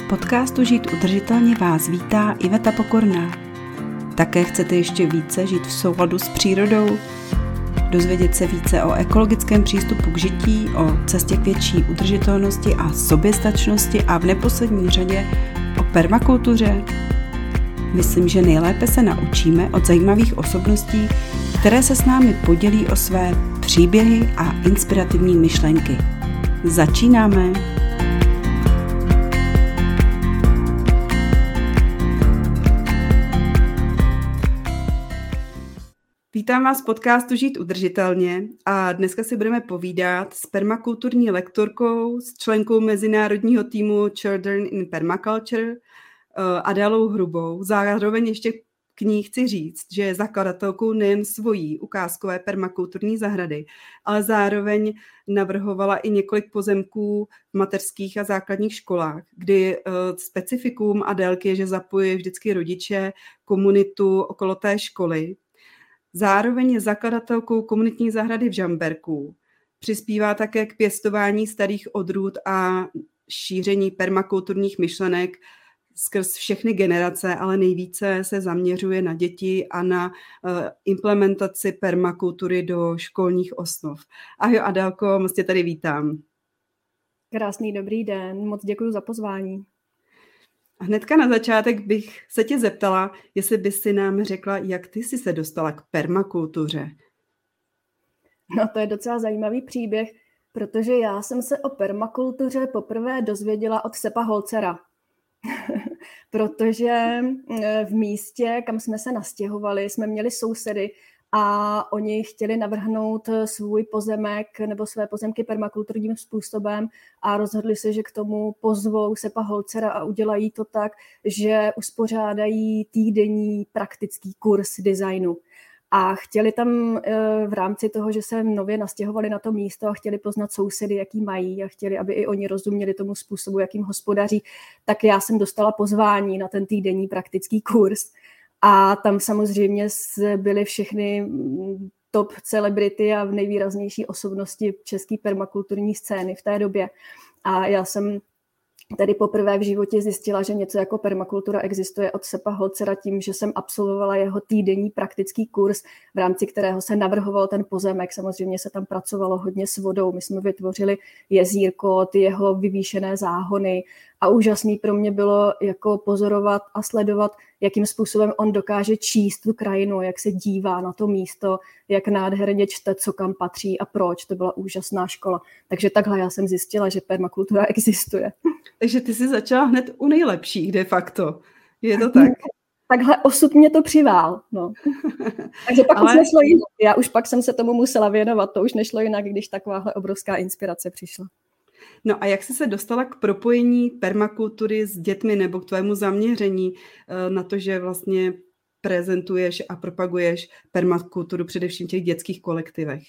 podcastu Žít udržitelně vás vítá Iveta Pokorná. Také chcete ještě více žít v souladu s přírodou? Dozvědět se více o ekologickém přístupu k žití, o cestě k větší udržitelnosti a soběstačnosti a v neposlední řadě o permakultuře? Myslím, že nejlépe se naučíme od zajímavých osobností, které se s námi podělí o své příběhy a inspirativní myšlenky. Začínáme! Vítám vás v podcastu Žít udržitelně a dneska si budeme povídat s permakulturní lektorkou, s členkou mezinárodního týmu Children in Permaculture Adélou Hrubou. Zároveň ještě k ní chci říct, že je zakladatelkou nejen svojí ukázkové permakulturní zahrady, ale zároveň navrhovala i několik pozemků v mateřských a základních školách, kdy specifikum Adélky je, že zapojuje vždycky rodiče, komunitu okolo té školy. Zároveň je zakladatelkou komunitní zahrady v Žamberku. Přispívá také k pěstování starých odrůd a šíření permakulturních myšlenek skrz všechny generace, ale nejvíce se zaměřuje na děti a na implementaci permakultury do školních osnov. Ahoj Adélko, moc tě tady vítám. Krásný dobrý den, moc děkuji za pozvání. Hnedka na začátek bych se tě zeptala, jestli bys si nám řekla, jak ty jsi se dostala k permakultuře. No to je docela zajímavý příběh, protože já jsem se o permakultuře poprvé dozvěděla od Seppa Holzera. Protože v místě, kam jsme se nastěhovali, jsme měli sousedy a oni chtěli navrhnout svůj pozemek nebo své pozemky permakulturním způsobem a rozhodli se, že k tomu pozvou Seppa Holzera a udělají to tak, že uspořádají týdenní praktický kurz designu. A chtěli tam v rámci toho, že se nově nastěhovali na to místo a chtěli poznat sousedy, jaký mají a chtěli, aby i oni rozuměli tomu způsobu, jakým hospodaří, tak já jsem dostala pozvání na ten týdenní praktický kurz. A tam samozřejmě byly všechny top celebrity a nejvýraznější osobnosti české permakulturní scény v té době. A já jsem tedy poprvé v životě zjistila, že něco jako permakultura existuje od Seppa Holzera tím, že jsem absolvovala jeho týdenní praktický kurz, v rámci kterého se navrhoval ten pozemek. Samozřejmě se tam pracovalo hodně s vodou. My jsme vytvořili jezírko, ty jeho vyvýšené záhony a úžasný pro mě bylo jako pozorovat a sledovat, jakým způsobem on dokáže číst tu krajinu, jak se dívá na to místo, jak nádherně čte, co kam patří a proč. To byla úžasná škola. Takže takhle já jsem zjistila, že permakultura existuje. Takže ty jsi začala hned u nejlepších de facto. Je to tak? Takhle osud mě to přivál. No. Takže pak už nešlo jinak. Já už pak jsem se tomu musela věnovat. To už nešlo jinak, když takováhle obrovská inspirace přišla. No a jak jsi se dostala k propojení permakultury s dětmi nebo k tvému zaměření na to, že vlastně prezentuješ a propaguješ permakulturu především v těch dětských kolektivech?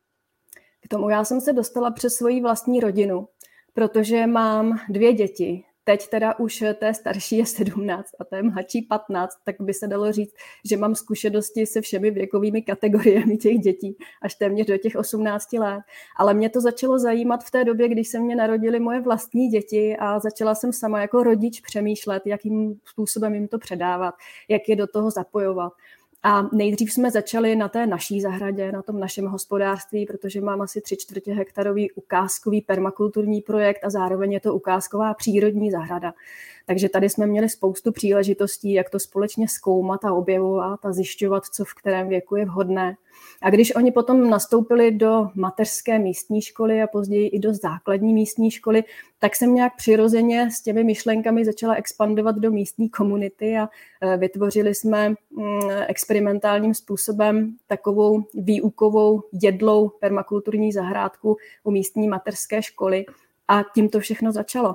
K tomu já jsem se dostala přes svoji vlastní rodinu, protože mám 2 děti. Teď teda už té starší je 17 a té mladší 15, tak by se dalo říct, že mám zkušenosti se všemi věkovými kategoriemi těch dětí, až téměř do těch 18 let. Ale mě to začalo zajímat v té době, když se mě narodily moje vlastní děti a začala jsem sama jako rodič přemýšlet, jakým způsobem jim to předávat, jak je do toho zapojovat. A nejdřív jsme začali na té naší zahradě, na tom našem hospodářství, protože mám asi 3/4 hektarový ukázkový permakulturní projekt a zároveň je to ukázková přírodní zahrada. Takže tady jsme měli spoustu příležitostí, jak to společně zkoumat a objevovat a zjišťovat, co v kterém věku je vhodné. A když oni potom nastoupili do mateřské místní školy a později i do základní místní školy, tak jsem nějak přirozeně s těmi myšlenkami začala expandovat do místní komunity a vytvořili jsme experimentálním způsobem takovou výukovou jedlou permakulturní zahrádku u místní mateřské školy a tím to všechno začalo.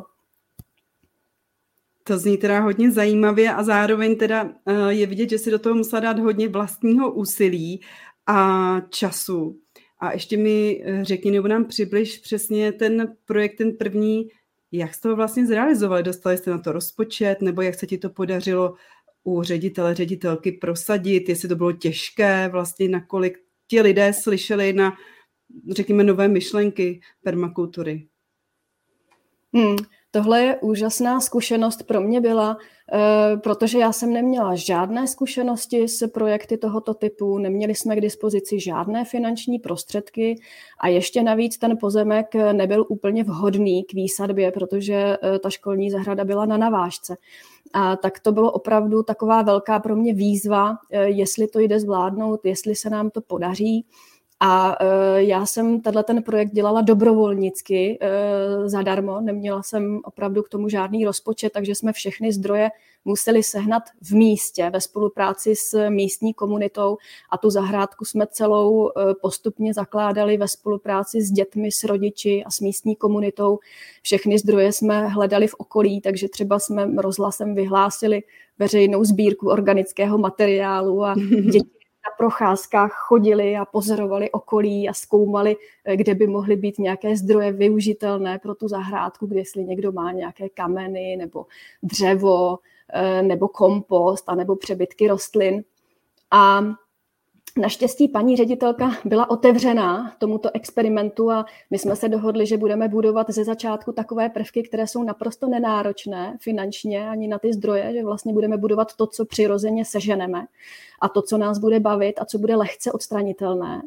To zní teda hodně zajímavě a zároveň teda je vidět, že si do toho musela dát hodně vlastního úsilí a času. A ještě mi řekni, nebo nám přibliž přesně ten projekt, ten první, jak jste to vlastně zrealizovali? Dostali jste na to rozpočet, nebo jak se ti to podařilo u ředitele, ředitelky prosadit, jestli to bylo těžké, vlastně nakolik ti lidé slyšeli na, řekněme, nové myšlenky permakultury? Tohle je úžasná zkušenost pro mě byla, protože já jsem neměla žádné zkušenosti s projekty tohoto typu, neměli jsme k dispozici žádné finanční prostředky a ještě navíc ten pozemek nebyl úplně vhodný k výsadbě, protože ta školní zahrada byla na navážce. A tak to bylo opravdu taková velká pro mě výzva, jestli to jde zvládnout, jestli se nám to podaří. A já jsem ten projekt dělala dobrovolnicky zadarmo, neměla jsem opravdu k tomu žádný rozpočet, takže jsme všechny zdroje museli sehnat v místě ve spolupráci s místní komunitou a tu zahrádku jsme celou postupně zakládali ve spolupráci s dětmi, s rodiči a s místní komunitou. Všechny zdroje jsme hledali v okolí, takže třeba jsme rozhlasem vyhlásili veřejnou sbírku organického materiálu a děti na procházkách chodili a pozorovali okolí a zkoumali, kde by mohly být nějaké zdroje využitelné pro tu zahrádku, kde jestli někdo má nějaké kameny nebo dřevo nebo kompost a nebo přebytky rostlin. A naštěstí paní ředitelka byla otevřená tomuto experimentu a my jsme se dohodli, že budeme budovat ze začátku takové prvky, které jsou naprosto nenáročné finančně ani na ty zdroje, že vlastně budeme budovat to, co přirozeně seženeme a to, co nás bude bavit a co bude lehce odstranitelné.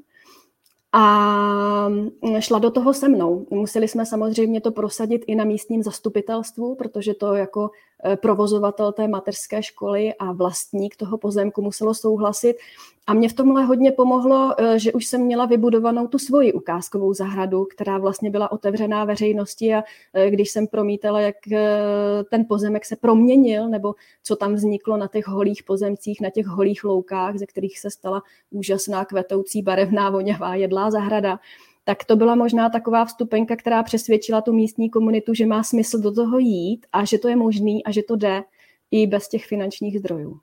A šla do toho se mnou. Museli jsme samozřejmě to prosadit i na místním zastupitelstvu, protože to jako provozovatel té mateřské školy a vlastník toho pozemku muselo souhlasit. A mě v tomhle hodně pomohlo, že už jsem měla vybudovanou tu svoji ukázkovou zahradu, která vlastně byla otevřená veřejnosti a když jsem promítala, jak ten pozemek se proměnil nebo co tam vzniklo na těch holých pozemcích, na těch holých loukách, ze kterých se stala úžasná kvetoucí barevná voňavá jedlá zahrada, tak to byla možná taková vstupenka, která přesvědčila tu místní komunitu, že má smysl do toho jít a že to je možný a že to jde i bez těch finančních zdrojů.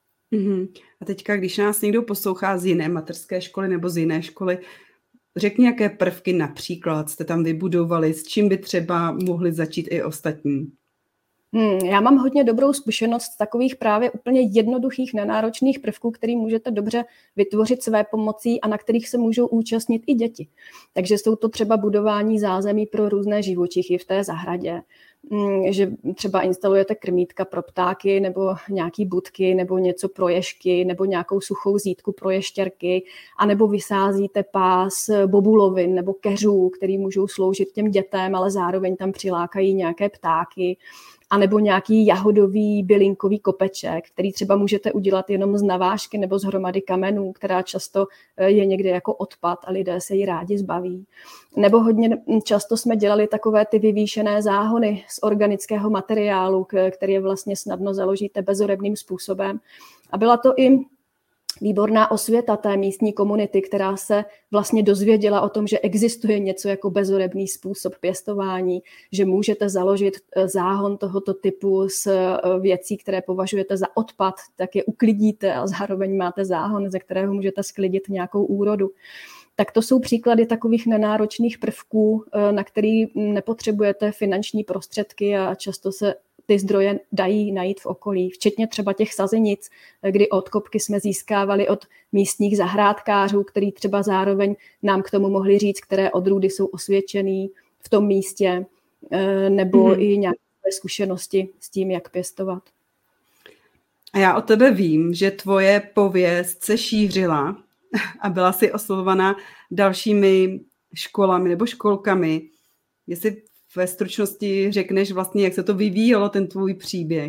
A teďka, když nás někdo poslouchá z jiné mateřské školy nebo z jiné školy, řekni, jaké prvky například jste tam vybudovali, s čím by třeba mohli začít i ostatní. Já mám hodně dobrou zkušenost z takových právě úplně jednoduchých, nenáročných prvků, který můžete dobře vytvořit své pomocí a na kterých se můžou účastnit i děti. Takže jsou to třeba budování zázemí pro různé živočichy v té zahradě, že třeba instalujete krmítka pro ptáky nebo nějaký budky nebo něco pro ježky nebo nějakou suchou zítku pro ještěrky a nebo vysázíte pás bobulovin nebo keřů, který můžou sloužit těm dětem, ale zároveň tam přilákají nějaké ptáky. A nebo nějaký jahodový bylinkový kopeček, který třeba můžete udělat jenom z navážky nebo z hromady kamenů, která často je někde jako odpad a lidé se jí rádi zbaví. Nebo hodně často jsme dělali takové ty vyvýšené záhony z organického materiálu, který vlastně snadno založíte bezorebným způsobem. A byla to i výborná osvěta té místní komunity, která se vlastně dozvěděla o tom, že existuje něco jako bezorebný způsob pěstování, že můžete založit záhon tohoto typu z věcí, které považujete za odpad, tak je uklidíte a zároveň máte záhon, ze kterého můžete sklidit nějakou úrodu. Tak to jsou příklady takových nenáročných prvků, na který nepotřebujete finanční prostředky a často se ty zdroje dají najít v okolí, včetně třeba těch sazenic, kdy odkopky jsme získávali od místních zahrádkářů, který třeba zároveň nám k tomu mohli říct, které odrůdy jsou osvědčený v tom místě, nebo i nějaké zkušenosti s tím, jak pěstovat. A já o tebe vím, že tvoje pověst se šířila a byla si oslovovaná dalšími školami nebo školkami. Jestli ve stručnosti řekneš vlastně, jak se to vyvíjelo, ten tvůj příběh.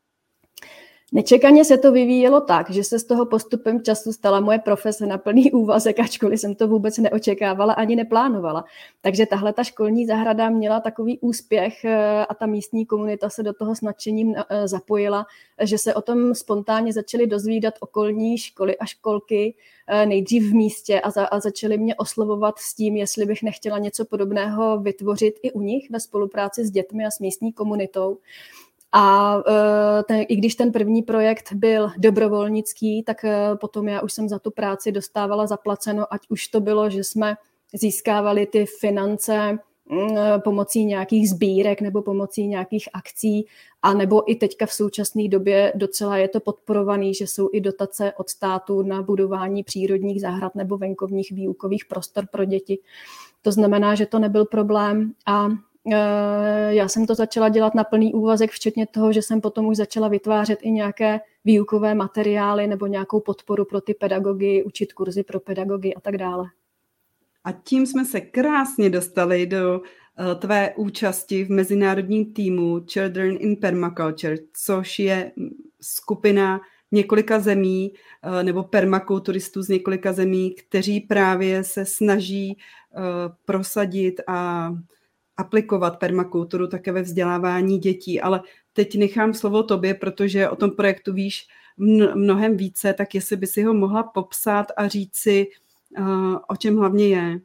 Nečekaně se to vyvíjelo tak, že se z toho postupem času stala moje profese na plný úvazek, ačkoliv jsem to vůbec neočekávala ani neplánovala. Takže tahle ta školní zahrada měla takový úspěch a ta místní komunita se do toho s nadšením zapojila, že se o tom spontánně začaly dozvídat okolní školy a školky nejdřív v místě a začaly mě oslovovat s tím, jestli bych nechtěla něco podobného vytvořit i u nich ve spolupráci s dětmi a s místní komunitou. A i když ten první projekt byl dobrovolnický, tak potom já už jsem za tu práci dostávala zaplaceno, ať už to bylo, že jsme získávali ty finance pomocí nějakých sbírek nebo pomocí nějakých akcí, a nebo i teďka v současné době docela je to podporovaný, že jsou i dotace od státu na budování přírodních zahrad nebo venkovních výukových prostor pro děti. To znamená, že to nebyl problém a já jsem to začala dělat na plný úvazek, včetně toho, že jsem potom už začala vytvářet i nějaké výukové materiály nebo nějakou podporu pro ty pedagogy, učit kurzy pro pedagogy a tak dále. A tím jsme se krásně dostali do tvé účasti v mezinárodním týmu Children in Permaculture, což je skupina několika zemí nebo permakulturistů z několika zemí, kteří právě se snaží prosadit a aplikovat permakulturu také ve vzdělávání dětí. Ale teď nechám slovo tobě, protože o tom projektu víš mnohem více, tak jestli by si ho mohla popsat a říct si, o čem hlavně je.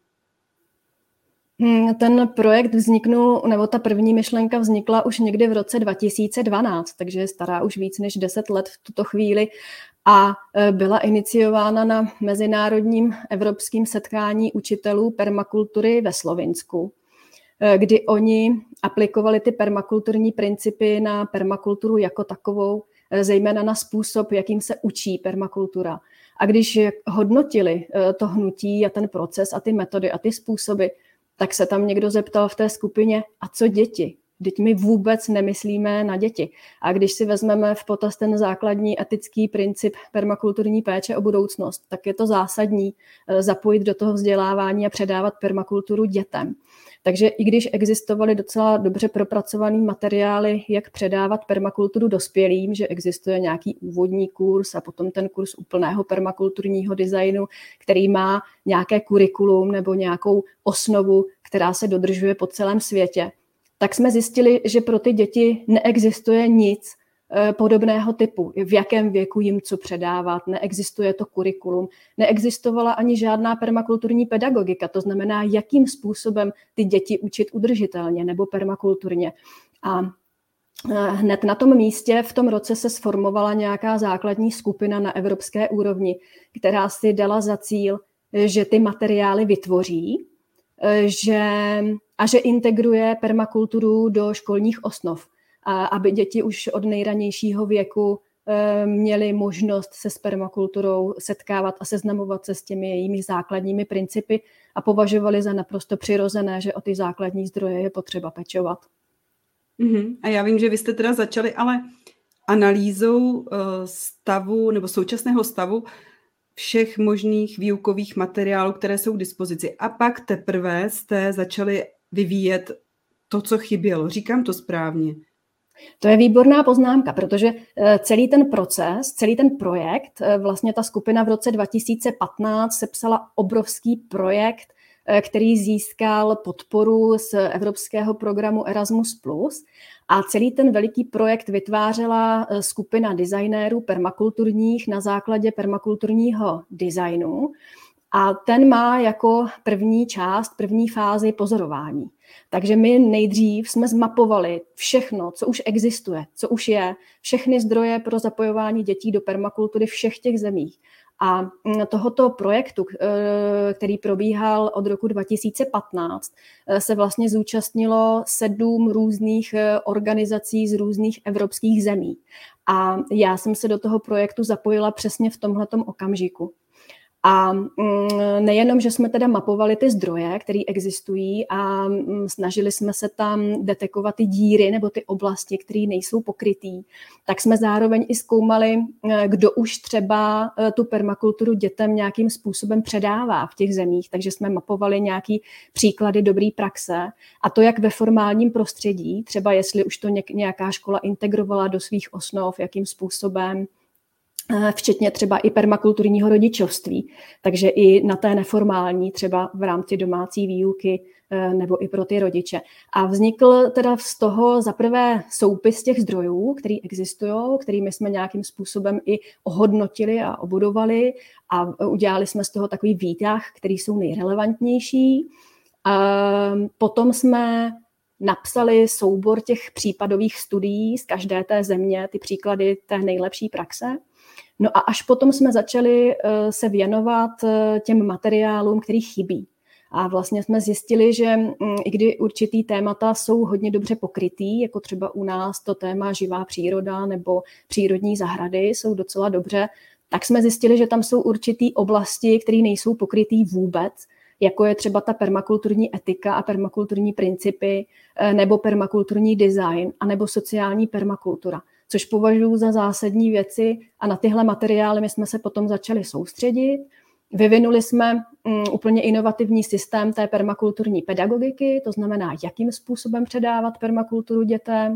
Ten projekt vzniknul, nebo ta první myšlenka vznikla už někdy v roce 2012, takže je stará už víc než 10 let v tuto chvíli a byla iniciována na mezinárodním evropským setkání učitelů permakultury ve Slovinsku, kdy oni aplikovali ty permakulturní principy na permakulturu jako takovou, zejména na způsob, jakým se učí permakultura. A když hodnotili to hnutí a ten proces a ty metody a ty způsoby, tak se tam někdo zeptal v té skupině, a co děti? Vždyť my vůbec nemyslíme na děti. A když si vezmeme v potaz ten základní etický princip permakulturní péče o budoucnost, tak je to zásadní zapojit do toho vzdělávání a předávat permakulturu dětem. Takže i když existovaly docela dobře propracované materiály, jak předávat permakulturu dospělým, že existuje nějaký úvodní kurz a potom ten kurz úplného permakulturního designu, který má nějaké kurikulum nebo nějakou osnovu, která se dodržuje po celém světě, tak jsme zjistili, že pro ty děti neexistuje nic podobného typu, v jakém věku jim co předávat, neexistuje to kurikulum, neexistovala ani žádná permakulturní pedagogika, to znamená, jakým způsobem ty děti učit udržitelně nebo permakulturně. A hned na tom místě v tom roce se sformovala nějaká základní skupina na evropské úrovni, která si dala za cíl, že ty materiály vytvoří, že integruje permakulturu do školních osnov, aby děti už od nejranějšího věku měly možnost se s permakulturou setkávat a seznamovat se s těmi jejími základními principy a považovali za naprosto přirozené, že o ty základní zdroje je potřeba pečovat. A já vím, že vy jste teda začali ale analýzou stavu nebo současného stavu všech možných výukových materiálů, které jsou k dispozici. A pak teprve jste začali vyvíjet to, co chybělo. Říkám to správně. To je výborná poznámka, protože celý ten proces, celý ten projekt, vlastně ta skupina v roce 2015 sepsala obrovský projekt, který získal podporu z evropského programu Erasmus+. A celý ten veliký projekt vytvářela skupina designérů permakulturních na základě permakulturního designu. A ten má jako první fázi pozorování. Takže my nejdřív jsme zmapovali všechno, co už existuje, co už je, všechny zdroje pro zapojování dětí do permakultury všech těch zemích. A tohoto projektu, který probíhal od roku 2015, se vlastně zúčastnilo 7 různých organizací z různých evropských zemí. A já jsem se do toho projektu zapojila přesně v tomhletom okamžiku. A nejenom, že jsme teda mapovali ty zdroje, které existují a snažili jsme se tam detekovat ty díry nebo ty oblasti, které nejsou pokrytý, tak jsme zároveň i zkoumali, kdo už třeba tu permakulturu dětem nějakým způsobem předává v těch zemích. Takže jsme mapovali nějaký příklady dobré praxe a to jak ve formálním prostředí, třeba jestli už to nějaká škola integrovala do svých osnov, jakým způsobem, včetně třeba i permakulturního rodičovství, takže i na té neformální, třeba v rámci domácí výuky nebo i pro ty rodiče. A vznikl teda z toho zaprvé soupis těch zdrojů, které existují, kterými jsme nějakým způsobem i ohodnotili a obudovali a udělali jsme z toho takový výtah, který jsou nejrelevantnější. Potom jsme napsali soubor těch případových studií z každé té země, ty příklady té nejlepší praxe. No a až potom jsme začali se věnovat těm materiálům, který chybí. A vlastně jsme zjistili, že i kdy určitý témata jsou hodně dobře pokrytý, jako třeba u nás to téma živá příroda nebo přírodní zahrady jsou docela dobře, tak jsme zjistili, že tam jsou určitý oblasti, které nejsou pokrytý vůbec. jako je třeba ta permakulturní etika a permakulturní principy, nebo permakulturní design, anebo sociální permakultura, což považuji za zásadní věci a na tyhle materiály my jsme se potom začali soustředit. Vyvinuli jsme úplně inovativní systém té permakulturní pedagogiky, to znamená, jakým způsobem předávat permakulturu dětem,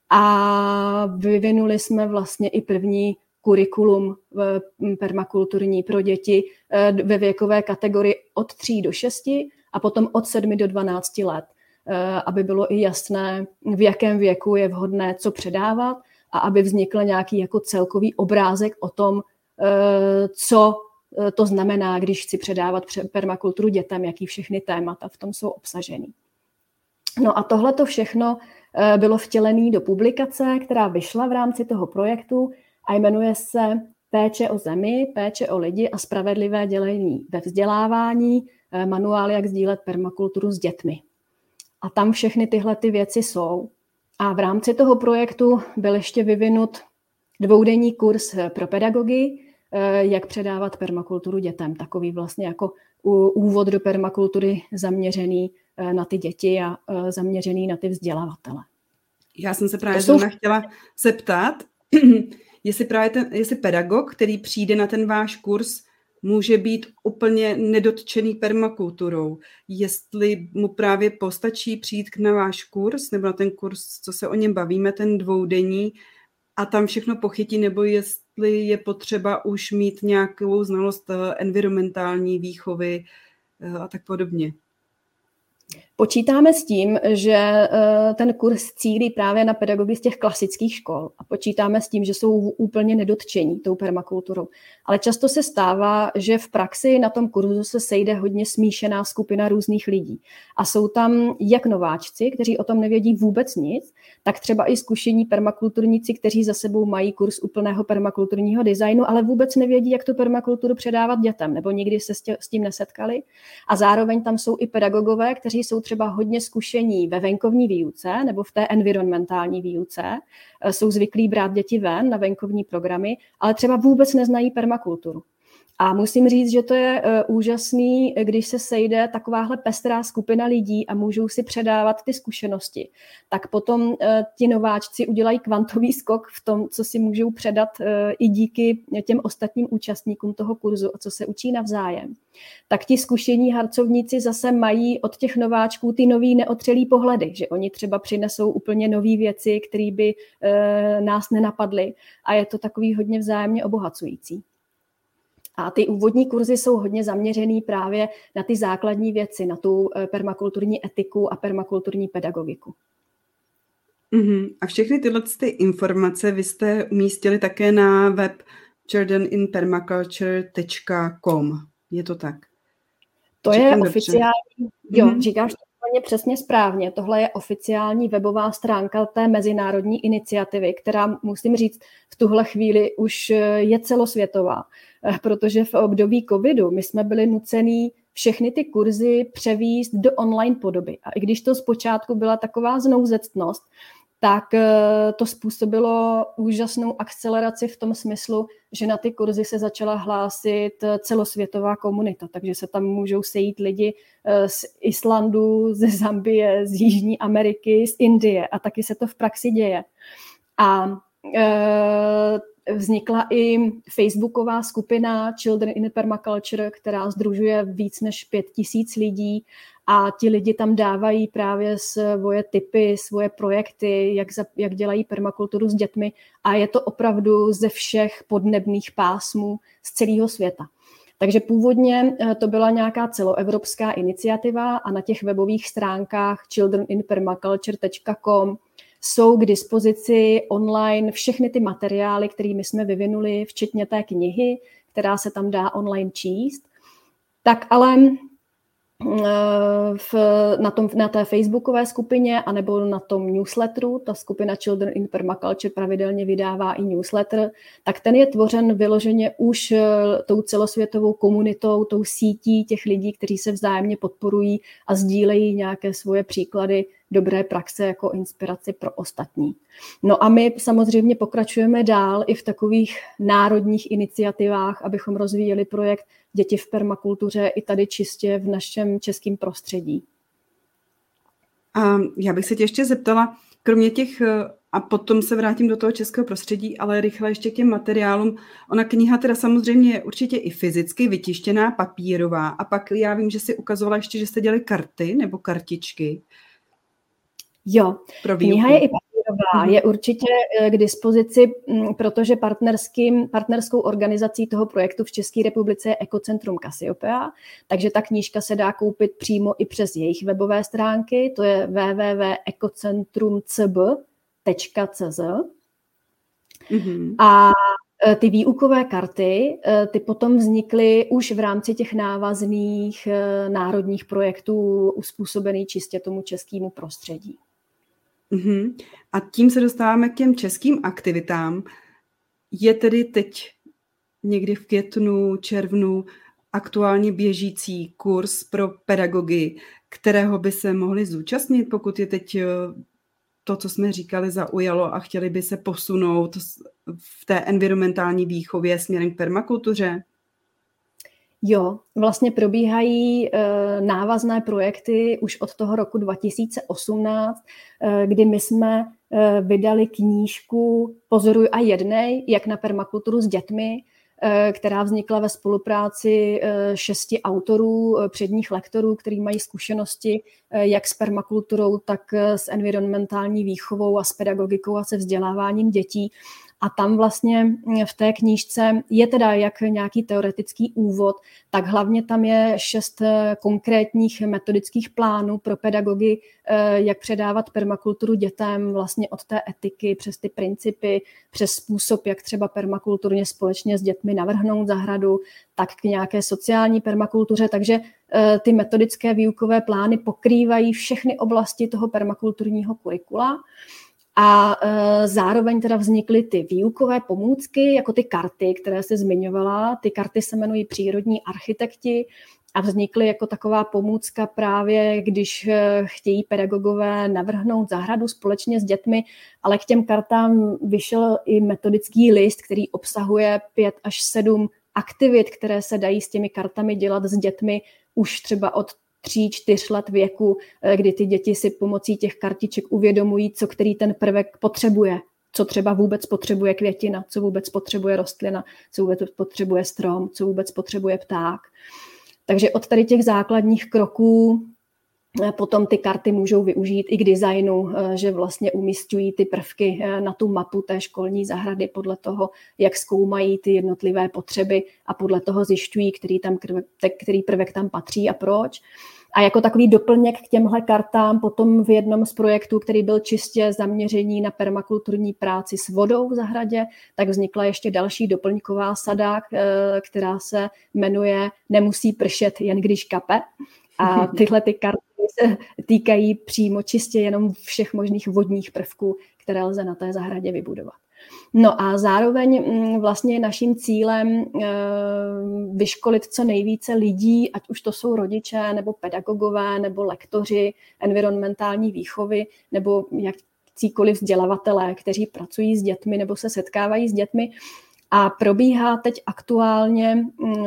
a vyvinuli jsme vlastně i první kurikulum permakulturní pro děti ve věkové kategorii od 3 do 6 a potom od 7 do 12 let, aby bylo i jasné, v jakém věku je vhodné co předávat a aby vznikl nějaký jako celkový obrázek o tom, co to znamená, když chci předávat permakulturu dětem, jaký všechny témata v tom jsou obsaženy. No a tohle to všechno bylo vtělené do publikace, která vyšla v rámci toho projektu a jmenuje se Péče o zemi, péče o lidi a spravedlivé dělení ve vzdělávání, manuál, jak sdílet permakulturu s dětmi. A tam všechny tyhle ty věci jsou. A v rámci toho projektu byl ještě vyvinut 2denní kurz pro pedagogy, jak předávat permakulturu dětem. Takový vlastně jako úvod do permakultury zaměřený na ty děti a zaměřený na ty vzdělavatele. Já jsem se právě chtěla zeptat, jestli pedagog, který přijde na ten váš kurz, může být úplně nedotčený permakulturou. Jestli mu právě postačí přijít na váš kurz, nebo na ten kurz, co se o něm bavíme, ten 2denní, a tam všechno pochytí, nebo jestli je potřeba už mít nějakou znalost environmentální výchovy a tak podobně. Počítáme s tím, že ten kurz cílí právě na pedagogy z těch klasických škol a počítáme s tím, že jsou úplně nedotčení tou permakulturou. Ale často se stává, že v praxi na tom kurzu se sejde hodně smíšená skupina různých lidí. A jsou tam jak nováčci, kteří o tom nevědí vůbec nic, tak třeba i zkušení permakulturníci, kteří za sebou mají kurz úplného permakulturního designu, ale vůbec nevědí, jak tu permakulturu předávat dětem, nebo nikdy se s tím nesetkali. A zároveň tam jsou i pedagogové, kteří jsou třeba hodně zkušení ve venkovní výuce nebo v té environmentální výuce, jsou zvyklí brát děti ven na venkovní programy, ale třeba vůbec neznají permakulturu. A musím říct, že to je úžasný, když se sejde takováhle pestrá skupina lidí a můžou si předávat ty zkušenosti. Tak potom ti nováčci udělají kvantový skok v tom, co si můžou předat i díky těm ostatním účastníkům toho kurzu a co se učí navzájem. Tak ti zkušení harcovníci zase mají od těch nováčků ty nový neotřelý pohledy, že oni třeba přinesou úplně nový věci, které by nás nenapadly a je to takový hodně vzájemně obohacující. A ty úvodní kurzy jsou hodně zaměřený právě na ty základní věci, na tu permakulturní etiku a permakulturní pedagogiku. A všechny tyhle informace vy jste umístili také na web childreninpermaculture.com. Je to tak? To je oficiální, říkáš to úplně přesně správně. Tohle je oficiální webová stránka té mezinárodní iniciativy, která, musím říct, v tuhle chvíli už je celosvětová, protože v období covidu my jsme byli nucení všechny ty kurzy převést do online podoby. A i když to zpočátku byla taková znouzectnost, tak to způsobilo úžasnou akceleraci v tom smyslu, že na ty kurzy se začala hlásit celosvětová komunita, takže se tam můžou sejít lidi z Islandu, ze Zambie, z Jižní Ameriky, z Indie a taky se to v praxi děje. A vznikla i facebooková skupina Children in Permaculture, která sdružuje víc než 5000 lidí a ti lidi tam dávají právě svoje tipy, svoje projekty, jak dělají permakulturu s dětmi a je to opravdu ze všech podnebných pásmů z celého světa. Takže původně to byla nějaká celoevropská iniciativa a na těch webových stránkách childreninpermaculture.com jsou k dispozici online všechny ty materiály, které my jsme vyvinuli, včetně té knihy, která se tam dá online číst. Tak ale na té facebookové skupině anebo na tom newsletteru, ta skupina Children in Permaculture pravidelně vydává i newsletter, tak ten je tvořen vyloženě už tou celosvětovou komunitou, tou sítí těch lidí, kteří se vzájemně podporují a sdílejí nějaké svoje příklady dobré praxe jako inspiraci pro ostatní. No a my samozřejmě pokračujeme dál i v takových národních iniciativách, abychom rozvíjeli projekt Děti v permakultuře i tady čistě v našem českém prostředí. A já bych se tě ještě zeptala, kromě těch, a potom se vrátím do toho českého prostředí, ale rychle ještě k těm materiálům. Ona kniha teda samozřejmě je určitě i fyzicky vytištěná, papírová, a pak já vím, že si ukazovala ještě, že jste dělali karty nebo kartičky. Jo, kniha je i papírová, je určitě k dispozici, protože partnerskou organizací toho projektu v České republice je Ekocentrum Cassiopeia, takže ta knížka se dá koupit přímo i přes jejich webové stránky, to je www.ecocentrumcb.cz. A ty výukové karty, ty potom vznikly už v rámci těch návazných národních projektů uspůsobený čistě tomu českému prostředí. A tím se dostáváme k těm českým aktivitám. Je tedy teď někdy v květnu, červnu aktuálně běžící kurz pro pedagogy, kterého by se mohli zúčastnit, pokud je teď to, co jsme říkali, zaujalo a chtěli by se posunout v té environmentální výchově směrem k permakultuře? Jo, vlastně probíhají návazné projekty už od toho roku 2018, kdy my jsme vydali knížku Pozoruj a jednej, jak na permakulturu s dětmi, která vznikla ve spolupráci 6 autorů, předních lektorů, kteří mají zkušenosti jak s permakulturou, tak s environmentální výchovou a s pedagogikou a se vzděláváním dětí. A tam vlastně v té knížce je teda jak nějaký teoretický úvod, tak hlavně tam je 6 konkrétních metodických plánů pro pedagogy, jak předávat permakulturu dětem vlastně od té etiky přes ty principy, přes způsob, jak třeba permakulturně společně s dětmi navrhnout zahradu, tak k nějaké sociální permakultuře. Takže ty metodické výukové plány pokrývají všechny oblasti toho permakulturního kurikula. A zároveň teda vznikly ty výukové pomůcky, jako ty karty, které jsi zmiňovala. Ty karty se jmenují Přírodní architekti a vznikly jako taková pomůcka právě, když chtějí pedagogové navrhnout zahradu společně s dětmi, ale k těm kartám vyšel i metodický list, který obsahuje 5 až 7 aktivit, které se dají s těmi kartami dělat s dětmi už třeba od 3-4 let věku, kdy ty děti si pomocí těch kartiček uvědomují, co který ten prvek potřebuje, co třeba vůbec potřebuje květina, co vůbec potřebuje rostlina, co vůbec potřebuje strom, co vůbec potřebuje pták. Takže od tady těch základních kroků potom ty karty můžou využít i k designu, že vlastně umísťují ty prvky na tu mapu té školní zahrady podle toho, jak zkoumají ty jednotlivé potřeby a podle toho zjišťují, který prvek tam patří a proč. A jako takový doplněk k těmhle kartám potom v jednom z projektů, který byl čistě zaměřený na permakulturní práci s vodou v zahradě, tak vznikla ještě další doplňková sada, která se jmenuje Nemusí pršet, jen když kape. A tyhle ty karty se týkají přímo čistě jenom všech možných vodních prvků, které lze na té zahradě vybudovat. No a zároveň vlastně naším cílem vyškolit co nejvíce lidí, ať už to jsou rodiče, nebo pedagogové, nebo lektoři environmentální výchovy, nebo jakýkoliv vzdělavatelé, kteří pracují s dětmi nebo se setkávají s dětmi. A probíhá teď aktuálně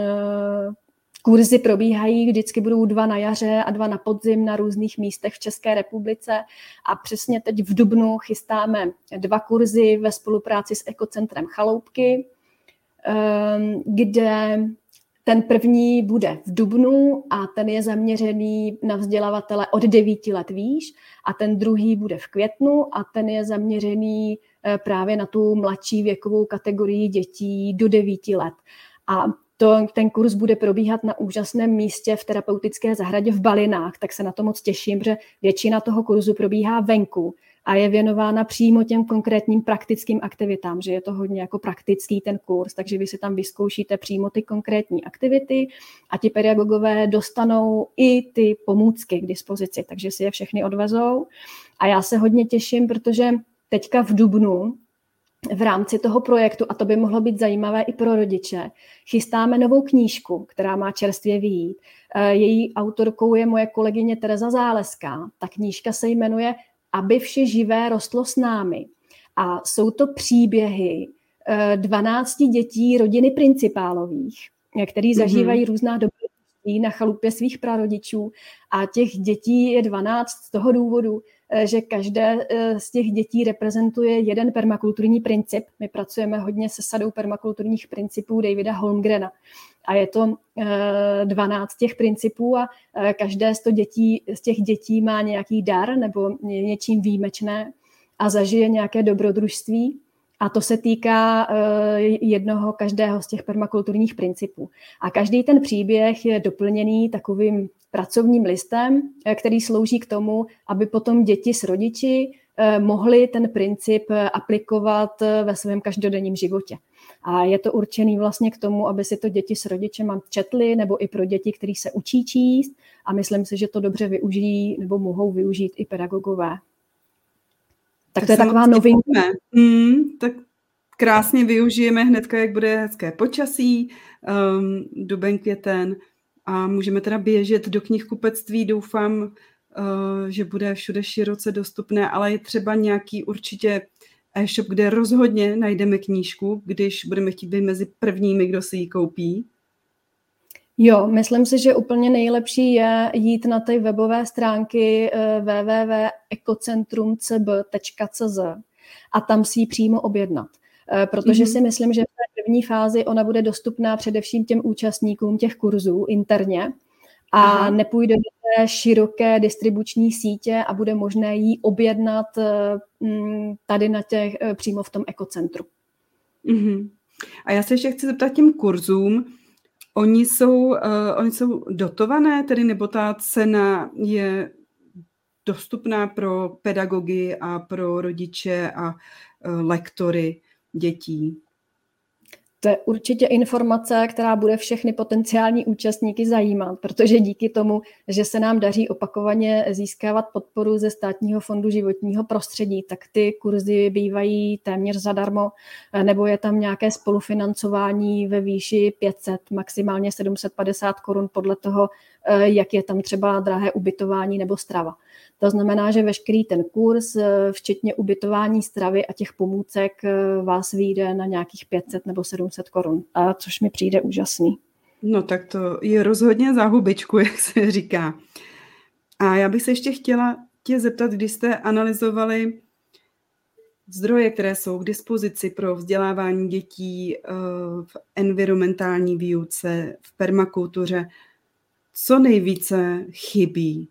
kurzy probíhají, vždycky budou 2 na jaře a 2 na podzim na různých místech v České republice a přesně teď v dubnu chystáme 2 kurzy ve spolupráci s Ekocentrem Chaloupky, kde ten první bude v dubnu a ten je zaměřený na vzdělavatele od 9 let výš a ten druhý bude v květnu a ten je zaměřený právě na tu mladší věkovou kategorii dětí do 9 let. A ten kurz bude probíhat na úžasném místě v terapeutické zahradě v Balinách, tak se na to moc těším, protože většina toho kurzu probíhá venku a je věnována přímo těm konkrétním praktickým aktivitám, že je to hodně jako praktický ten kurz, takže vy si tam vyzkoušíte přímo ty konkrétní aktivity a ti pedagogové dostanou i ty pomůcky k dispozici, takže si je všechny odvezou. A já se hodně těším, protože teďka v dubnu v rámci toho projektu, a to by mohlo být zajímavé i pro rodiče, chystáme novou knížku, která má čerstvě vyjít. Její autorkou je moje kolegyně Tereza Záleská. Ta knížka se jmenuje Aby vše živé rostlo s námi. A jsou to příběhy 12 dětí rodiny Principálových, který zažívají různá dobrodružství na chalupě svých prarodičů. A těch dětí je 12 z toho důvodu, že každé z těch dětí reprezentuje jeden permakulturní princip. My pracujeme hodně se sadou permakulturních principů Davida Holmgrena. A je to 12 těch principů a každé z těch dětí má nějaký dar nebo něčím výjimečné a zažije nějaké dobrodružství. A to se týká každého z těch permakulturních principů. A každý ten příběh je doplněný takovým pracovním listem, který slouží k tomu, aby potom děti s rodiči mohly ten princip aplikovat ve svém každodenním životě. A je to určený vlastně k tomu, aby si to děti s rodičem četly, nebo i pro děti, kteří se učí číst. A myslím si, že to dobře využijí nebo mohou využít i pedagogové. Tak to je taková novinka. Tak krásně využijeme hnedka, jak bude hezké počasí, duben, květen a můžeme teda běžet do knihkupectví. Doufám, že bude všude široce dostupné, ale je třeba nějaký určitě e-shop, kde rozhodně najdeme knížku, když budeme chtít být mezi prvními, kdo si ji koupí. Jo, myslím si, že úplně nejlepší je jít na ty webové stránky www.ekocentrumcb.cz a tam si ji přímo objednat. Protože si myslím, že v té první fázi ona bude dostupná především těm účastníkům těch kurzů interně a nepůjde do té široké distribuční sítě a bude možné ji objednat tady přímo v tom ekocentru. A já se ještě chci zeptat těm kurzům, Oni jsou dotované, tedy nebo ta cena je dostupná pro pedagogy a pro rodiče a lektory dětí? To je určitě informace, která bude všechny potenciální účastníky zajímat, protože díky tomu, že se nám daří opakovaně získávat podporu ze Státního fondu životního prostředí, tak ty kurzy bývají téměř zadarmo, nebo je tam nějaké spolufinancování ve výši 500, maximálně 750 korun podle toho, jak je tam třeba drahé ubytování nebo strava. To znamená, že veškerý ten kurz, včetně ubytování, stravy a těch pomůcek, vás vyjde na nějakých 500 nebo 700 korun, což mi přijde úžasný. No tak to je rozhodně za hubičku, jak se říká. A já bych se ještě chtěla tě zeptat, když jste analyzovali zdroje, které jsou k dispozici pro vzdělávání dětí v environmentální výuce, v permakultuře, co nejvíce chybí?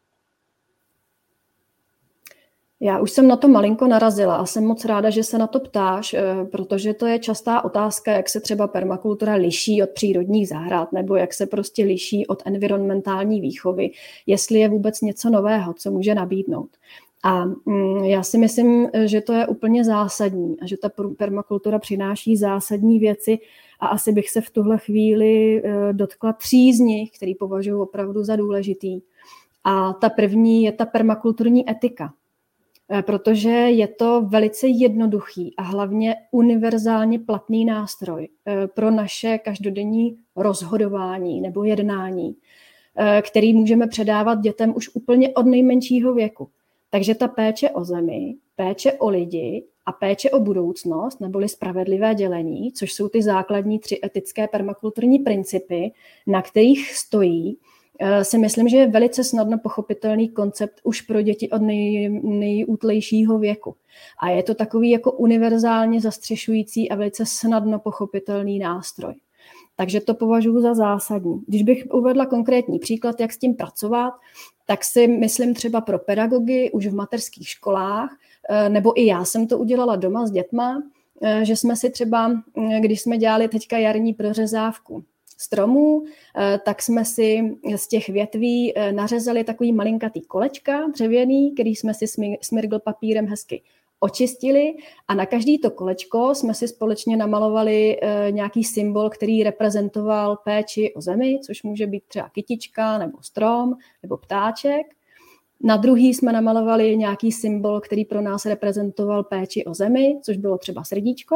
Já už jsem na to malinko narazila a jsem moc ráda, že se na to ptáš, protože to je častá otázka, jak se třeba permakultura liší od přírodních zahrad nebo jak se prostě liší od environmentální výchovy, jestli je vůbec něco nového, co může nabídnout. A já si myslím, že to je úplně zásadní a že ta permakultura přináší zásadní věci a asi bych se v tuhle chvíli dotkla 3 z nich, který považuji opravdu za důležitý. A ta první je ta permakulturní etika. Protože je to velice jednoduchý a hlavně univerzálně platný nástroj pro naše každodenní rozhodování nebo jednání, který můžeme předávat dětem už úplně od nejmenšího věku. Takže ta péče o zemi, péče o lidi a péče o budoucnost, neboli spravedlivé dělení, což jsou ty základní 3 etické permakulturní principy, na kterých stojí, si myslím, že je velice snadno pochopitelný koncept už pro děti od nejútlejšího věku. A je to takový jako univerzálně zastřešující a velice snadno pochopitelný nástroj. Takže to považuji za zásadní. Když bych uvedla konkrétní příklad, jak s tím pracovat, tak si myslím třeba pro pedagogy už v mateřských školách, nebo i já jsem to udělala doma s dětma, že jsme si třeba, když jsme dělali teďka jarní prořezávku stromů, tak jsme si z těch větví nařezali takový malinkatý kolečka dřevěný, který jsme si smirgl papírem hezky očistili a na každý to kolečko jsme si společně namalovali nějaký symbol, který reprezentoval péči o zemi, což může být třeba kytička nebo strom nebo ptáček. Na druhý jsme namalovali nějaký symbol, který pro nás reprezentoval péči o zemi, což bylo třeba srdíčko,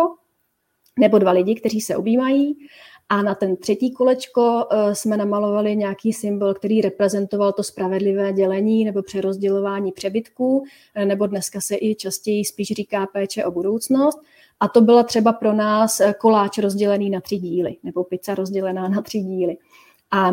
nebo 2 lidi, kteří se objímají. A na ten třetí kolečko jsme namalovali nějaký symbol, který reprezentoval to spravedlivé dělení nebo přerozdělování přebytků, nebo dneska se i častěji spíš říká péče o budoucnost. A to byla třeba pro nás koláč rozdělený na 3 díly, nebo pizza rozdělená na 3 díly. A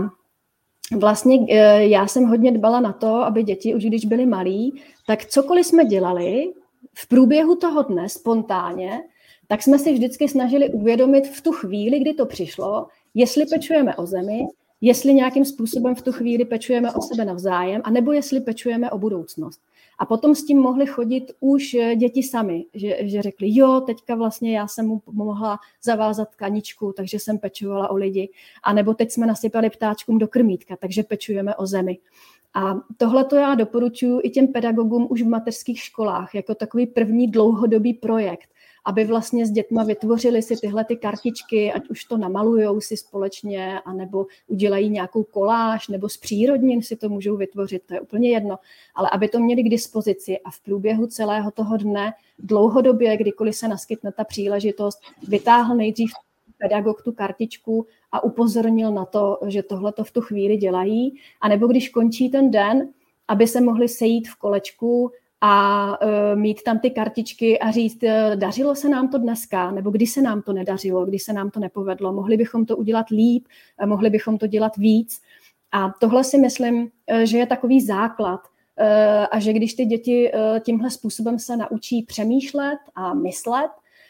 vlastně já jsem hodně dbala na to, aby děti, už když byly malí, tak cokoliv jsme dělali v průběhu toho dne spontánně, tak jsme si vždycky snažili uvědomit v tu chvíli, kdy to přišlo, jestli pečujeme o zemi, jestli nějakým způsobem v tu chvíli pečujeme o sebe navzájem, anebo jestli pečujeme o budoucnost. A potom s tím mohly chodit už děti sami, že řekli, jo, teďka vlastně já jsem mu mohla zavázat tkaničku, takže jsem pečovala o lidi. A nebo teď jsme nasypali ptáčkům do krmítka, takže pečujeme o zemi. A tohle to já doporučuji i těm pedagogům už v mateřských školách, jako takový první dlouhodobý projekt, aby vlastně s dětma vytvořili si tyhle ty kartičky, ať už to namalujou si společně, anebo udělají nějakou koláž, nebo z přírodnin si to můžou vytvořit, to je úplně jedno, ale aby to měli k dispozici a v průběhu celého toho dne dlouhodobě, kdykoliv se naskytne ta příležitost, vytáhl nejdřív pedagog tu kartičku a upozornil na to, že tohle to v tu chvíli dělají, anebo když končí ten den, aby se mohli sejít v kolečku a mít tam ty kartičky a říct, dařilo se nám to dneska, nebo kdy se nám to nedařilo, kdy se nám to nepovedlo, mohli bychom to udělat líp, mohli bychom to dělat víc. A tohle si myslím, že je takový základ a že když ty děti tímhle způsobem se naučí přemýšlet a myslet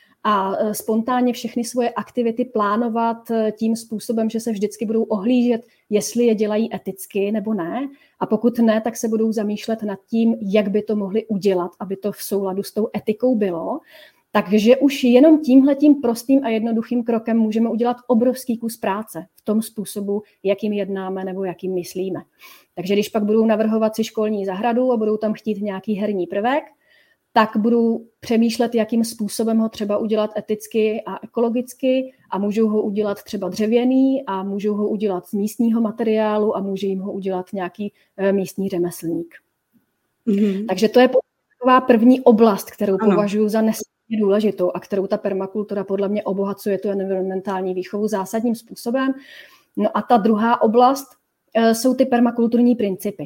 a spontánně všechny svoje aktivity plánovat tím způsobem, že se vždycky budou ohlížet, jestli je dělají eticky nebo ne. A pokud ne, tak se budou zamýšlet nad tím, jak by to mohli udělat, aby to v souladu s tou etikou bylo. Takže už jenom tímhletím prostým a jednoduchým krokem můžeme udělat obrovský kus práce v tom způsobu, jakým jednáme nebo jakým myslíme. Takže když pak budou navrhovat si školní zahradu a budou tam chtít nějaký herní prvek, tak budu přemýšlet, jakým způsobem ho třeba udělat eticky a ekologicky a můžou ho udělat třeba dřevěný a můžou ho udělat z místního materiálu a může jim ho udělat nějaký místní řemeslník. Mm-hmm. Takže to je taková první oblast, kterou považuji za nesmírně důležitou a kterou ta permakultura podle mě obohacuje tu environmentální výchovu zásadním způsobem. No a ta druhá oblast jsou ty permakulturní principy.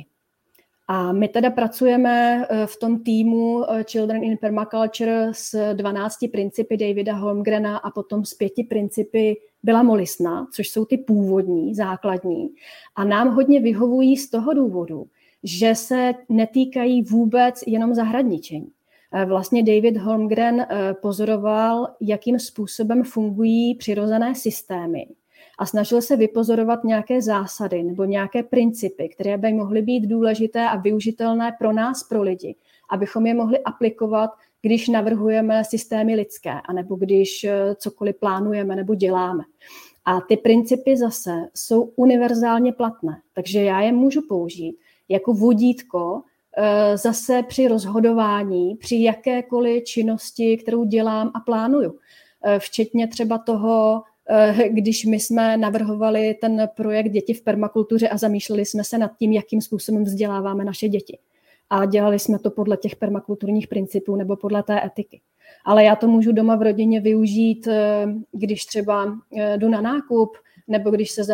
A my teda pracujeme v tom týmu Children in Permaculture s 12 principy Davida Holmgrena a potom s 5 principy Billa Mollisona, což jsou ty původní, základní. A nám hodně vyhovují z toho důvodu, že se netýkají vůbec jenom zahradničení. Vlastně David Holmgren pozoroval, jakým způsobem fungují přirozené systémy. A snažil se vypozorovat nějaké zásady nebo nějaké principy, které by mohly být důležité a využitelné pro nás, pro lidi, abychom je mohli aplikovat, když navrhujeme systémy lidské, anebo když cokoliv plánujeme nebo děláme. A ty principy zase jsou univerzálně platné, takže já je můžu použít jako vodítko zase při rozhodování, při jakékoliv činnosti, kterou dělám a plánuju. Včetně třeba toho, když my jsme navrhovali ten projekt Děti v permakultuře a zamýšleli jsme se nad tím, jakým způsobem vzděláváme naše děti. A dělali jsme to podle těch permakulturních principů nebo podle té etiky. Ale já to můžu doma v rodině využít, když třeba jdu na nákup, nebo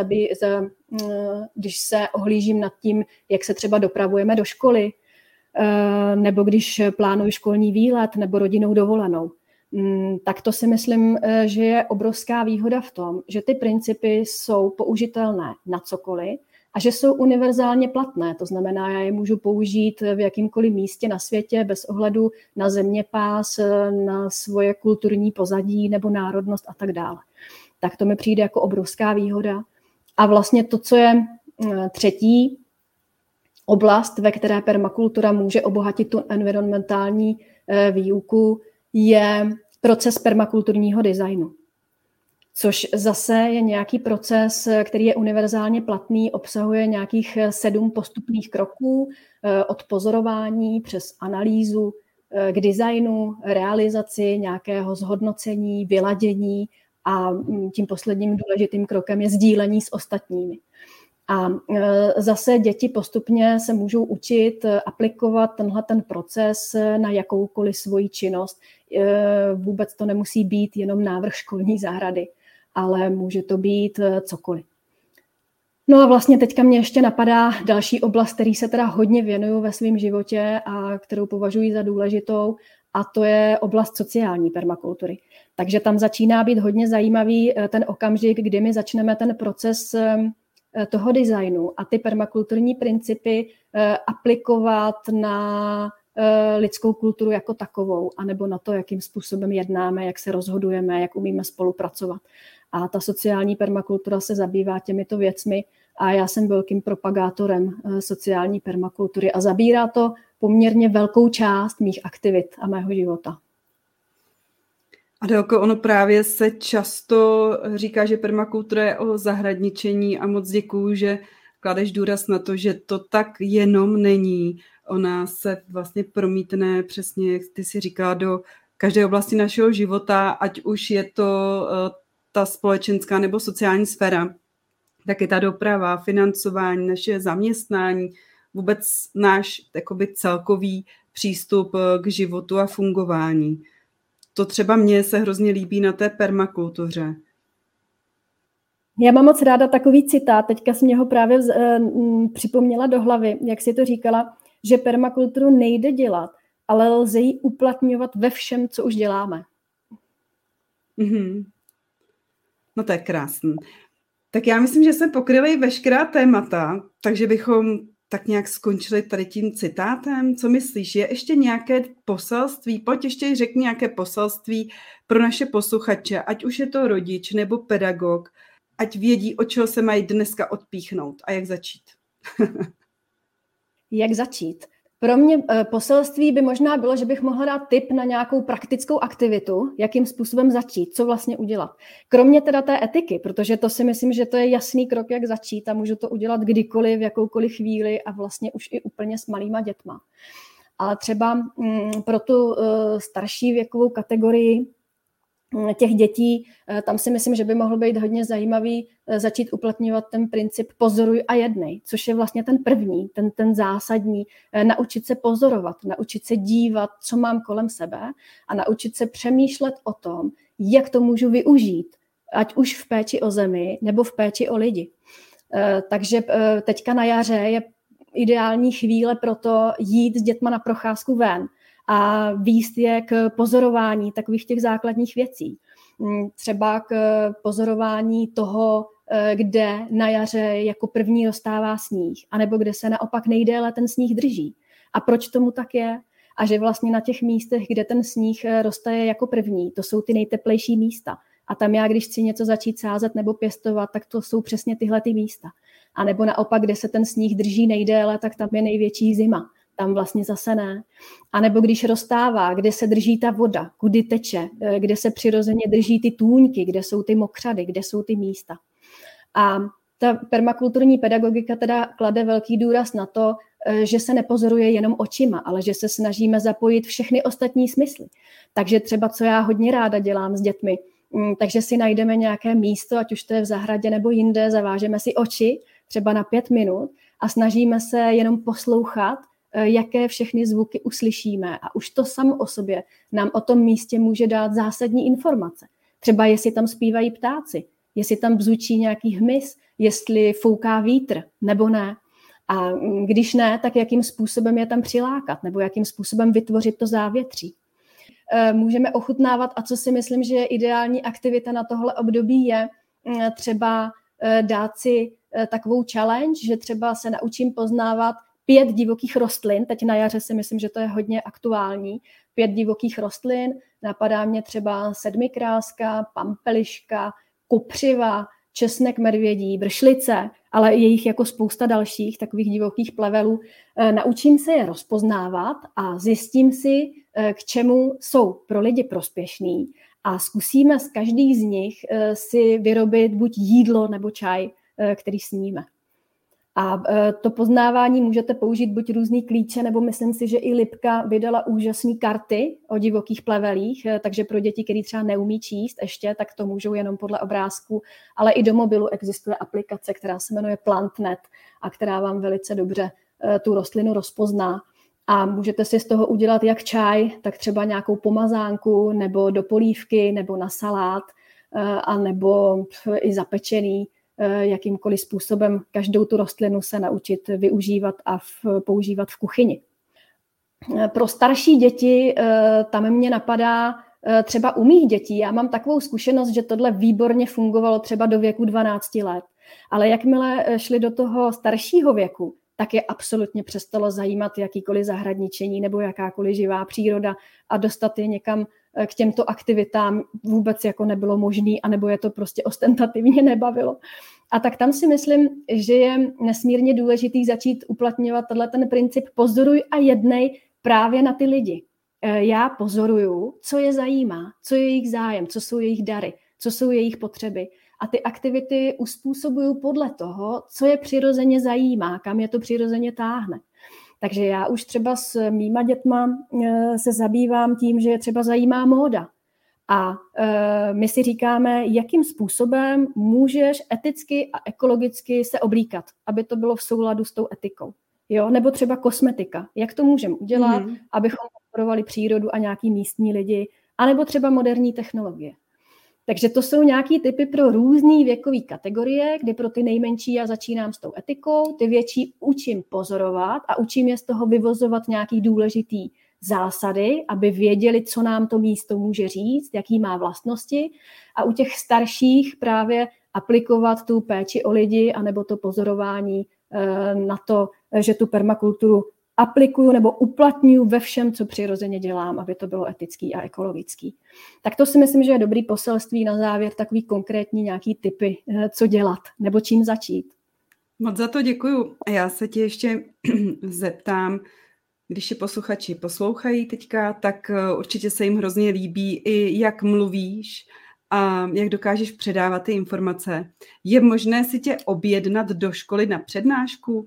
když se ohlížím nad tím, jak se třeba dopravujeme do školy, nebo když plánuju školní výlet nebo rodinnou dovolenou. Tak to si myslím, že je obrovská výhoda v tom, že ty principy jsou použitelné na cokoliv a že jsou univerzálně platné. To znamená, já je můžu použít v jakýmkoliv místě na světě bez ohledu na zeměpás, na svoje kulturní pozadí nebo národnost a tak dále. Tak to mi přijde jako obrovská výhoda. A vlastně to, co je třetí oblast, ve které permakultura může obohatit tu environmentální výuku, je proces permakulturního designu. Což zase je nějaký proces, který je univerzálně platný, obsahuje nějakých 7 postupných kroků od pozorování přes analýzu k designu, realizaci, nějakého zhodnocení, vyladění a tím posledním důležitým krokem je sdílení s ostatními. A zase děti postupně se můžou učit aplikovat ten proces na jakoukoliv svoji činnost. Vůbec to nemusí být jenom návrh školní zahrady, ale může to být cokoliv. No a vlastně teďka mě ještě napadá další oblast, který se teda hodně věnuju ve svém životě a kterou považuji za důležitou, a to je oblast sociální permakultury. Takže tam začíná být hodně zajímavý ten okamžik, kdy my začneme ten proces toho designu a ty permakulturní principy aplikovat na lidskou kulturu jako takovou, anebo na to, jakým způsobem jednáme, jak se rozhodujeme, jak umíme spolupracovat. A ta sociální permakultura se zabývá těmito věcmi a já jsem velkým propagátorem sociální permakultury a zabírá to poměrně velkou část mých aktivit a mého života. Adelko, ono právě se často říká, že permakultura je o zahradničení a moc děkuju, že kladeš důraz na to, že to tak jenom není. Ona se vlastně promítne přesně, jak ty si říkala, do každé oblasti našeho života, ať už je to ta společenská nebo sociální sféra, tak je ta doprava, financování, naše zaměstnání, vůbec náš jakoby celkový přístup k životu a fungování. To třeba mně se hrozně líbí na té permakultuře. Já mám moc ráda takový citát, teďka jsi mě ho právě připomněla do hlavy, jak jsi to říkala, že permakulturu nejde dělat, ale lze ji uplatňovat ve všem, co už děláme. Mm-hmm. No to je krásný. Tak já myslím, že jsme pokryli veškerá témata, takže bychom tak nějak skončili tady tím citátem. Co myslíš? Je ještě nějaké poselství? Pojď ještě řekni nějaké poselství pro naše posluchače, ať už je to rodič nebo pedagog, ať vědí, od čeho se mají dneska odpíchnout a jak začít. Jak začít? Pro mě poselství by možná bylo, že bych mohla dát tip na nějakou praktickou aktivitu, jakým způsobem začít, co vlastně udělat. Kromě teda té etiky, protože to si myslím, že to je jasný krok, jak začít a můžu to udělat kdykoliv, v jakoukoliv chvíli a vlastně už i úplně s malýma dětma. Ale třeba pro tu starší věkovou kategorii těch dětí, tam si myslím, že by mohl být hodně zajímavý začít uplatňovat ten princip pozoruj a jednej, což je vlastně ten první, ten zásadní, naučit se pozorovat, naučit se dívat, co mám kolem sebe a naučit se přemýšlet o tom, jak to můžu využít, ať už v péči o zemi nebo v péči o lidi. Takže teďka na jaře je ideální chvíle pro to jít s dětma na procházku ven a vést je k pozorování takových těch základních věcí. Třeba k pozorování toho, kde na jaře jako první roztává sníh, anebo kde se naopak nejdéle ten sníh drží. A proč tomu tak je? A že vlastně na těch místech, kde ten sníh roztaje jako první, to jsou ty nejteplejší místa. A tam já, když chci něco začít sázet nebo pěstovat, tak to jsou přesně tyhle ty místa. A nebo naopak, kde se ten sníh drží nejdéle, tak tam je největší zima. Tam vlastně zase ne. A nebo když roztává, kde se drží ta voda, kudy teče, kde se přirozeně drží ty tůňky, kde jsou ty mokřady, kde jsou ty místa. A ta permakulturní pedagogika teda klade velký důraz na to, že se nepozoruje jenom očima, ale že se snažíme zapojit všechny ostatní smysly. Takže třeba, co já hodně ráda dělám s dětmi, takže si najdeme nějaké místo, ať už to je v zahradě nebo jinde, zavážeme si oči třeba na 5 minut a snažíme se jenom poslouchat, jaké všechny zvuky uslyšíme. A už to samo o sobě nám o tom místě může dát zásadní informace. Třeba jestli tam zpívají ptáci, jestli tam bzučí nějaký hmyz, jestli fouká vítr nebo ne. A když ne, tak jakým způsobem je tam přilákat nebo jakým způsobem vytvořit to závětří. Můžeme ochutnávat, a co si myslím, že je ideální aktivita na tohle období, je třeba dát si takovou challenge, že třeba se naučím poznávat 5 divokých rostlin, teď na jaře si myslím, že to je hodně aktuální, 5 divokých rostlin, napadá mě třeba sedmikráska, pampeliška, kopřiva, česnek medvědí, bršlice, ale je jich jako spousta dalších takových divokých plevelů. Naučím se je rozpoznávat a zjistím si, k čemu jsou pro lidi prospěšný a zkusíme z každý z nich si vyrobit buď jídlo nebo čaj, který sníme. A to poznávání můžete použít buď různý klíče, nebo myslím si, že i Lipka vydala úžasné karty o divokých plevelích, takže pro děti, který třeba neumí číst ještě, tak to můžou jenom podle obrázku, ale i do mobilu existuje aplikace, která se jmenuje PlantNet a která vám velice dobře tu rostlinu rozpozná. A můžete si z toho udělat jak čaj, tak třeba nějakou pomazánku, nebo do polívky, nebo na salát, a nebo i zapečený, jakýmkoliv způsobem každou tu rostlinu se naučit využívat a používat v kuchyni. Pro starší děti tam mě napadá třeba u mých dětí. Já mám takovou zkušenost, že tohle výborně fungovalo třeba do věku 12 let. Ale jakmile šli do toho staršího věku, tak je absolutně přestalo zajímat jakýkoliv zahradničení nebo jakákoliv živá příroda a dostat je někam k těmto aktivitám vůbec jako nebylo možný, anebo je to prostě ostentativně nebavilo. A tak tam si myslím, že je nesmírně důležitý začít uplatňovat ten princip pozoruj a jednej právě na ty lidi. Já pozoruju, co je zajímá, co je jejich zájem, co jsou jejich dary, co jsou jejich potřeby. A ty aktivity uspůsobuju podle toho, co je přirozeně zajímá, kam je to přirozeně táhne. Takže já už třeba s mýma dětma se zabývám tím, že je třeba zajímá móda. A my si říkáme, jakým způsobem můžeš eticky a ekologicky se oblíkat, aby to bylo v souladu s tou etikou. Jo? Nebo třeba kosmetika. Jak to můžeme udělat, abychom podporovali přírodu a nějaký místní lidi, anebo třeba moderní technologie. Takže to jsou nějaký typy pro různé věkové kategorie, kdy pro ty nejmenší já začínám s tou etikou, ty větší učím pozorovat a učím je z toho vyvozovat nějaký důležitý zásady, aby věděli, co nám to místo může říct, jaký má vlastnosti, a u těch starších právě aplikovat tu péči o lidi anebo to pozorování na to, že tu permakulturu aplikuju nebo uplatňuju ve všem, co přirozeně dělám, aby to bylo etický a ekologický. Tak to si myslím, že je dobrý poselství na závěr, takový konkrétní nějaký tipy, co dělat nebo čím začít. Moc za to děkuju. A já se tě ještě zeptám, když je posluchači poslouchají teďka, tak určitě se jim hrozně líbí i jak mluvíš a jak dokážeš předávat ty informace. Je možné si tě objednat do školy na přednášku?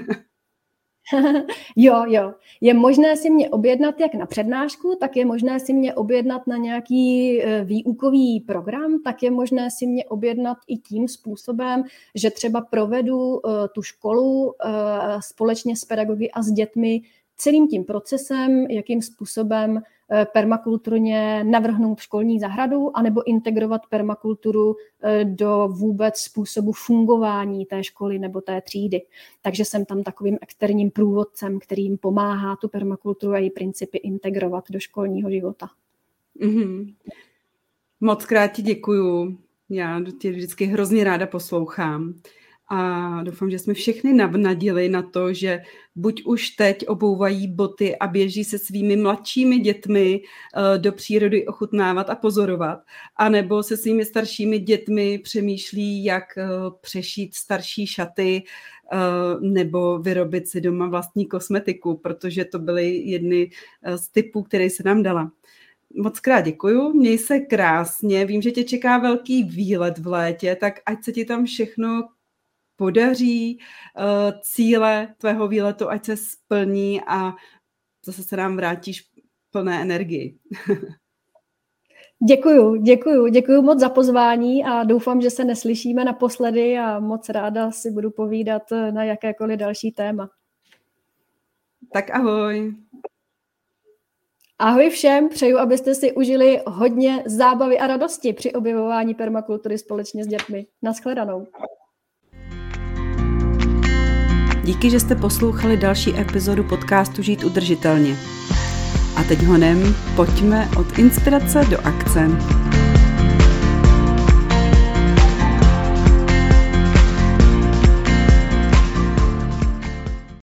Jo. Je možné si mě objednat jak na přednášku, tak je možné si mě objednat na nějaký výukový program, tak je možné si mě objednat i tím způsobem, že třeba provedu tu školu společně s pedagogy a s dětmi celým tím procesem, jakým způsobem permakulturně navrhnout školní zahradu anebo integrovat permakulturu do vůbec způsobu fungování té školy nebo té třídy. Takže jsem tam takovým externím průvodcem, který jim pomáhá tu permakulturu a její principy integrovat do školního života. Mm-hmm. Moc krát ti děkuju. Já tě vždycky hrozně ráda poslouchám. A doufám, že jsme všechny navnadili na to, že buď už teď obouvají boty a běží se svými mladšími dětmi do přírody ochutnávat a pozorovat, anebo se svými staršími dětmi přemýšlí, jak přešít starší šaty nebo vyrobit si doma vlastní kosmetiku, protože to byly jedny z typů, které se nám dala. Moc krát děkuju, měj se krásně, vím, že tě čeká velký výlet v létě, tak ať se ti tam všechno podaří, cíle tvého výletu, ať se splní a zase se nám vrátíš plné energii. Děkuju moc za pozvání a doufám, že se neslyšíme naposledy a moc ráda si budu povídat na jakékoliv další téma. Tak ahoj. Ahoj všem, přeju, abyste si užili hodně zábavy a radosti při objevování permakultury společně s dětmi. Naschledanou. Díky, že jste poslouchali další epizodu podcastu Žít udržitelně. A teď honem, pojďme od inspirace do akce.